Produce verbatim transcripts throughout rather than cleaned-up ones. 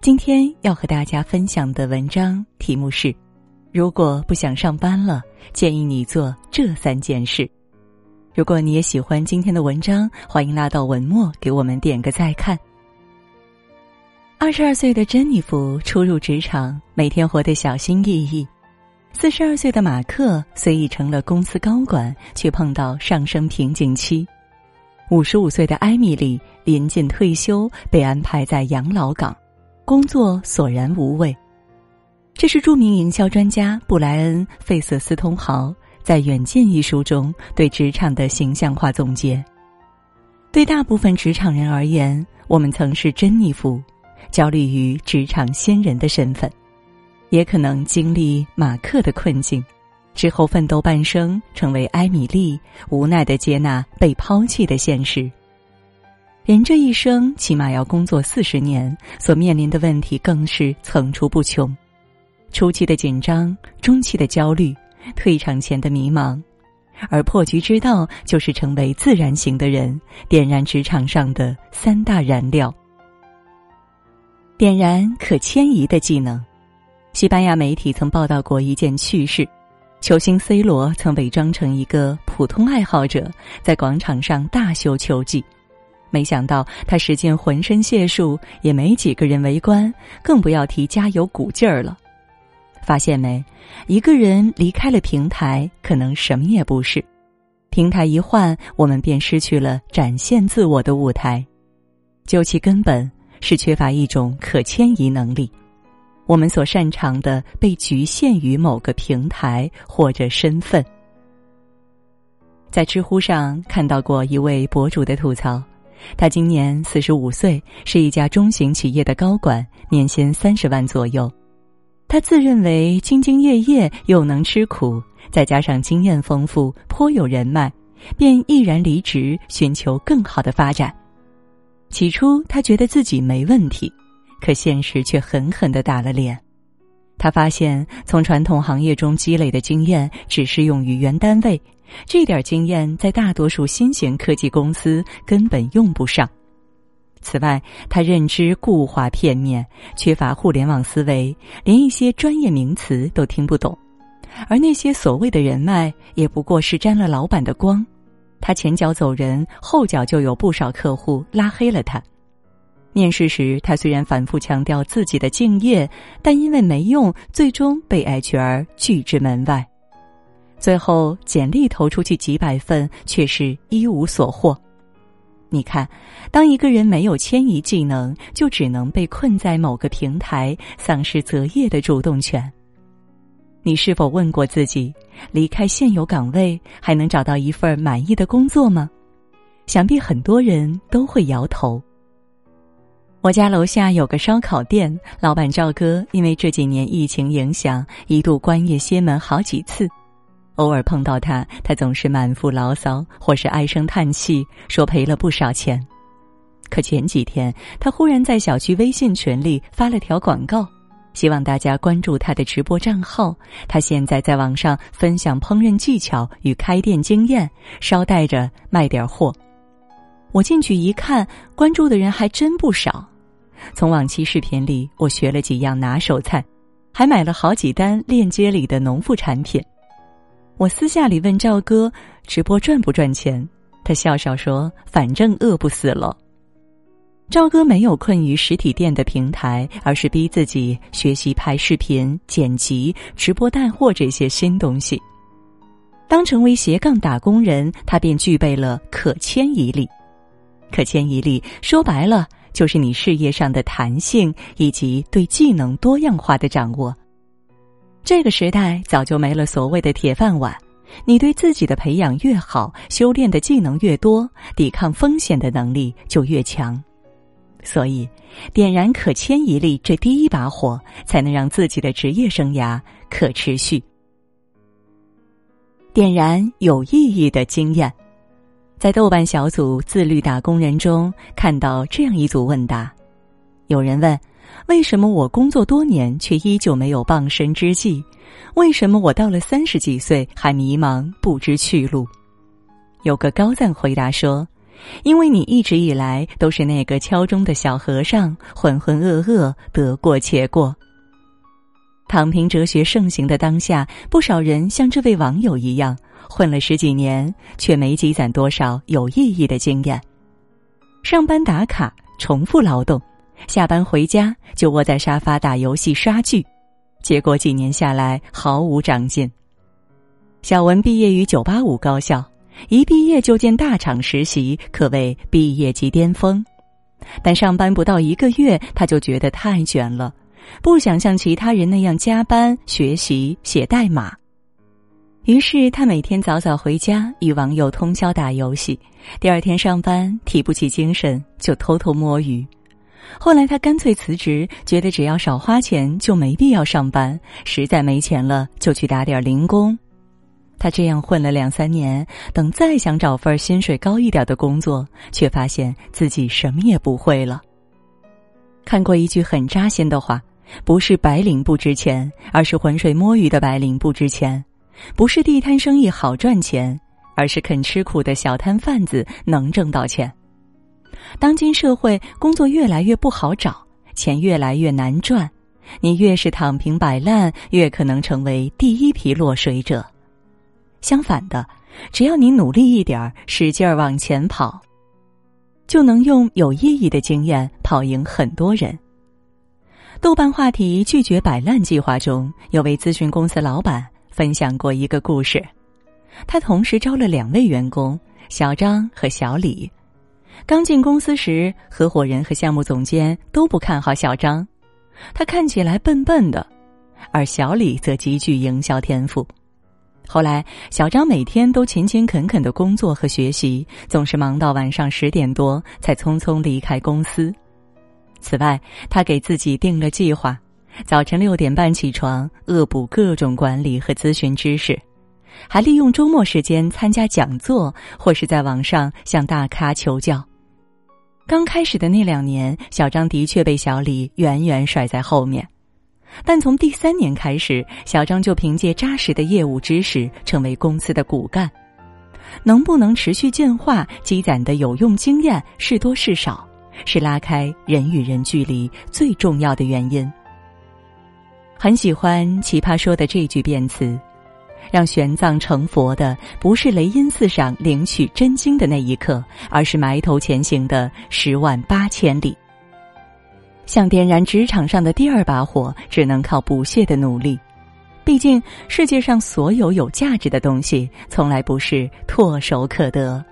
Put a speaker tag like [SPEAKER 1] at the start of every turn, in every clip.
[SPEAKER 1] 今天要和大家分享的文章题目是：如果不想上班了，建议你做这三件事。如果你也喜欢今天的文章，欢迎拉到文末给我们点个再看。二十二岁的珍妮弗初入职场，每天活得小心翼翼。四十二岁的马克虽已成了公司高管，却碰到上升瓶颈期。五十五岁的艾米丽临近退休，被安排在养老岗，工作索然无味。这是著名营销专家布莱恩·费瑟斯通豪在《远见》一书中对职场的形象化总结。对大部分职场人而言，我们曾是珍妮弗，焦虑于职场新人的身份，也可能经历马克的困境，之后奋斗半生，成为艾米丽，无奈地接纳被抛弃的现实。人这一生起码要工作四十年，所面临的问题更是层出不穷。初期的紧张，中期的焦虑，退场前的迷茫，而破局之道就是成为自然型的人，点燃职场上的三大燃料。点燃可迁移的技能。西班牙媒体曾报道过一件趣事，球星 C 罗曾伪装成一个普通爱好者，在广场上大秀球技。没想到他使尽浑身解数，也没几个人围观，更不要提加油鼓劲儿了。发现没？一个人离开了平台，可能什么也不是。平台一换，我们便失去了展现自我的舞台。究其根本，是缺乏一种可迁移能力。我们所擅长的被局限于某个平台或者身份。在知乎上看到过一位博主的吐槽，他今年四十五岁，是一家中型企业的高管，年薪三十万左右。他自认为兢兢业业又能吃苦，再加上经验丰富，颇有人脉，便毅然离职，寻求更好的发展。起初他觉得自己没问题，可现实却狠狠地打了脸。他发现从传统行业中积累的经验只适用于原单位，这点经验在大多数新型科技公司根本用不上。此外，他认知固化片面，缺乏互联网思维，连一些专业名词都听不懂。而那些所谓的人脉，也不过是沾了老板的光。他前脚走人，后脚就有不少客户拉黑了他。面试时，他虽然反复强调自己的敬业，但因为没用，最终被 H R 拒之门外。最后简历投出去几百份，却是一无所获。你看，当一个人没有迁移技能，就只能被困在某个平台，丧失择业的主动权。你是否问过自己，离开现有岗位，还能找到一份满意的工作吗？想必很多人都会摇头。我家楼下有个烧烤店，老板赵哥因为这几年疫情影响，一度关业歇门好几次。偶尔碰到他，他总是满腹牢骚，或是唉声叹气，说赔了不少钱。可前几天，他忽然在小区微信群里发了条广告，希望大家关注他的直播账号，他现在在网上分享烹饪技巧与开店经验，捎带着卖点货。我进去一看，关注的人还真不少。从往期视频里，我学了几样拿手菜，还买了好几单链接里的农副产品。我私下里问赵哥，直播赚不赚钱？他笑笑说，反正饿不死了。赵哥没有困于实体店的平台，而是逼自己学习拍视频、剪辑、直播带货这些新东西。当成为斜杠打工人，他便具备了可迁移力。可迁移力说白了，就是你事业上的弹性以及对技能多样化的掌握。这个时代早就没了所谓的铁饭碗，你对自己的培养越好，修炼的技能越多，抵抗风险的能力就越强。所以，点燃可迁移力这第一把火，才能让自己的职业生涯可持续。点燃有意义的经验。在豆瓣小组自律打工人中，看到这样一组问答。有人问，为什么我工作多年却依旧没有傍身之计？为什么我到了三十几岁还迷茫不知去路？有个高赞回答说， 因为你一直以来都是那个敲钟的小和尚，浑浑噩噩，得过且过。躺平哲学盛行的当下，不少人像这位网友一样，混了十几年，却没积攒多少有意义的经验。上班打卡，重复劳动，下班回家就窝在沙发打游戏刷剧，结果几年下来毫无长进。小文毕业于九八五高校，一毕业就进大厂实习，可谓毕业即巅峰。但上班不到一个月，他就觉得太卷了，不想像其他人那样加班、学习、写代码。于是他每天早早回家，与网友通宵打游戏，第二天上班提不起精神，就偷偷摸鱼。后来他干脆辞职，觉得只要少花钱就没必要上班，实在没钱了就去打点零工。他这样混了两三年，等再想找份薪水高一点的工作，却发现自己什么也不会了。看过一句很扎心的话，不是白领不值钱，而是浑水摸鱼的白领不值钱；不是地摊生意好赚钱，而是肯吃苦的小摊贩子能挣到钱。当今社会工作越来越不好找，钱越来越难赚，你越是躺平摆烂，越可能成为第一批落水者。相反的，只要你努力一点，使劲儿往前跑，就能用有意义的经验跑赢很多人。豆瓣话题拒绝摆烂计划中，有位咨询公司老板分享过一个故事。他同时招了两位员工，小张和小李。刚进公司时，合伙人和项目总监都不看好小张，他看起来笨笨的，而小李则极具营销天赋。后来小张每天都勤勤恳恳的工作和学习，总是忙到晚上十点多才匆匆离开公司。此外，他给自己定了计划，早晨六点半起床，恶补各种管理和咨询知识，还利用周末时间参加讲座，或是在网上向大咖求教。刚开始的那两年，小张的确被小李远远甩在后面。但从第三年开始，小张就凭借扎实的业务知识成为公司的骨干。能不能持续进化，积攒的有用经验是多是少，是拉开人与人距离最重要的原因。很喜欢奇葩说的这句辩词，让玄奘成佛的不是雷音寺上领取真经的那一刻，而是埋头前行的十万八千里。想点燃职场上的第二把火，只能靠不懈的努力。毕竟世界上所有有价值的东西，从来不是唾手可得。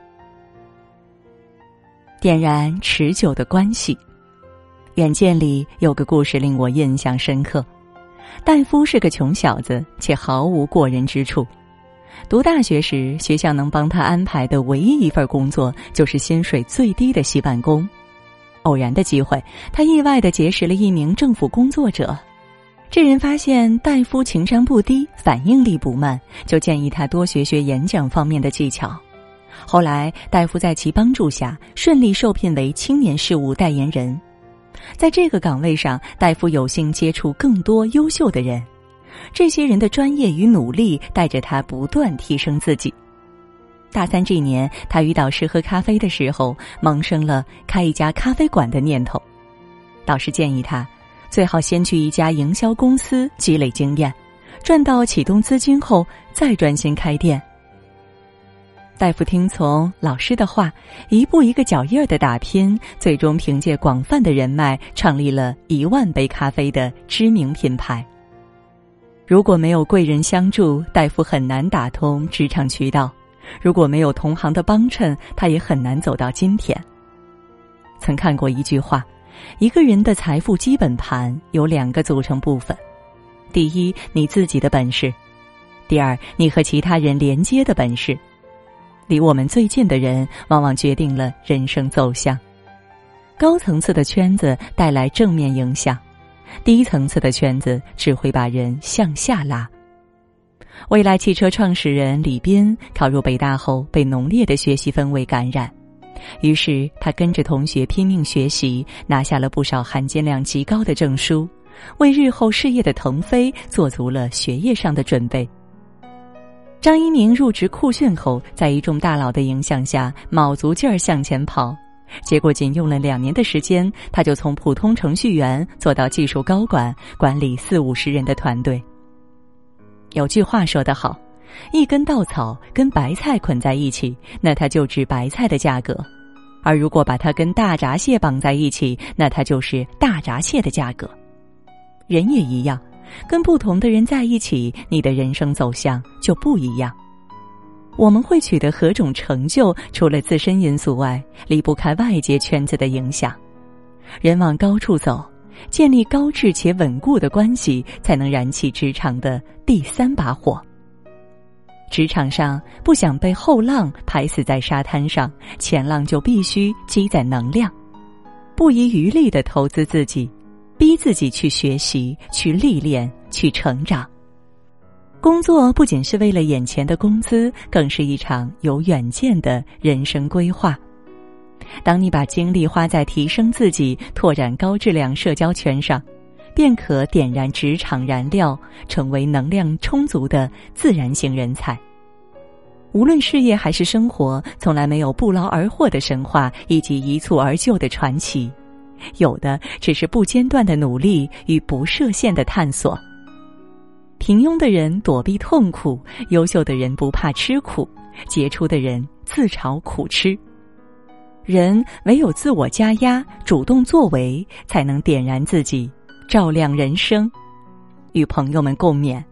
[SPEAKER 1] 点燃持久的关系。远见里有个故事令我印象深刻。戴夫是个穷小子，且毫无过人之处。读大学时，学校能帮他安排的唯一一份工作，就是薪水最低的洗碗工。偶然的机会，他意外地结识了一名政府工作者。这人发现戴夫情商不低，反应力不慢，就建议他多学学演讲方面的技巧。后来戴夫在其帮助下，顺利受聘为青年事务代言人。在这个岗位上，戴夫有幸接触更多优秀的人，这些人的专业与努力带着他不断提升自己。大三这年，他与导师喝咖啡的时候，萌生了开一家咖啡馆的念头。导师建议他，最好先去一家营销公司积累经验，赚到启动资金后再专心开店。戴夫听从老师的话，一步一个脚印的打拼，最终凭借广泛的人脉，创立了一万杯咖啡的知名品牌。如果没有贵人相助，戴夫很难打通职场渠道。如果没有同行的帮衬，他也很难走到今天。曾看过一句话，一个人的财富基本盘有两个组成部分。第一，你自己的本事；第二，你和其他人连接的本事。离我们最近的人，往往决定了人生走向。高层次的圈子带来正面影响，低层次的圈子只会把人向下拉。蔚来汽车创始人李斌考入北大后，被浓烈的学习氛围感染，于是他跟着同学拼命学习，拿下了不少含金量极高的证书，为日后事业的腾飞做足了学业上的准备。 张一鸣入职酷讯后，在一众大佬的影响下，卯足劲儿向前跑，结果仅用了两年的时间，他就从普通程序员做到技术高管，管理四五十人的团队。有句话说得好，一根稻草跟白菜捆在一起，那它就值白菜的价格；而如果把它跟大闸蟹绑在一起，那它就是大闸蟹的价格。人也一样，跟不同的人在一起，你的人生走向就不一样。我们会取得何种成就，除了自身因素外，离不开外界圈子的影响。人往高处走，建立高质且稳固的关系，才能燃起职场的第三把火。职场上不想被后浪拍死在沙滩上，前浪就必须积攒能量，不遗余力地投资自己，逼自己去学习，去历练，去成长。工作不仅是为了眼前的工资，更是一场有远见的人生规划。当你把精力花在提升自己、拓展高质量社交圈上，便可点燃职场燃料，成为能量充足的自然型人才。无论事业还是生活，从来没有不劳而获的神话以及一蹴而就的传奇，有的只是不间断的努力与不设限的探索。平庸的人躲避痛苦，优秀的人不怕吃苦，杰出的人自嘲苦吃。人唯有自我加压，主动作为，才能点燃自己，照亮人生。与朋友们共勉。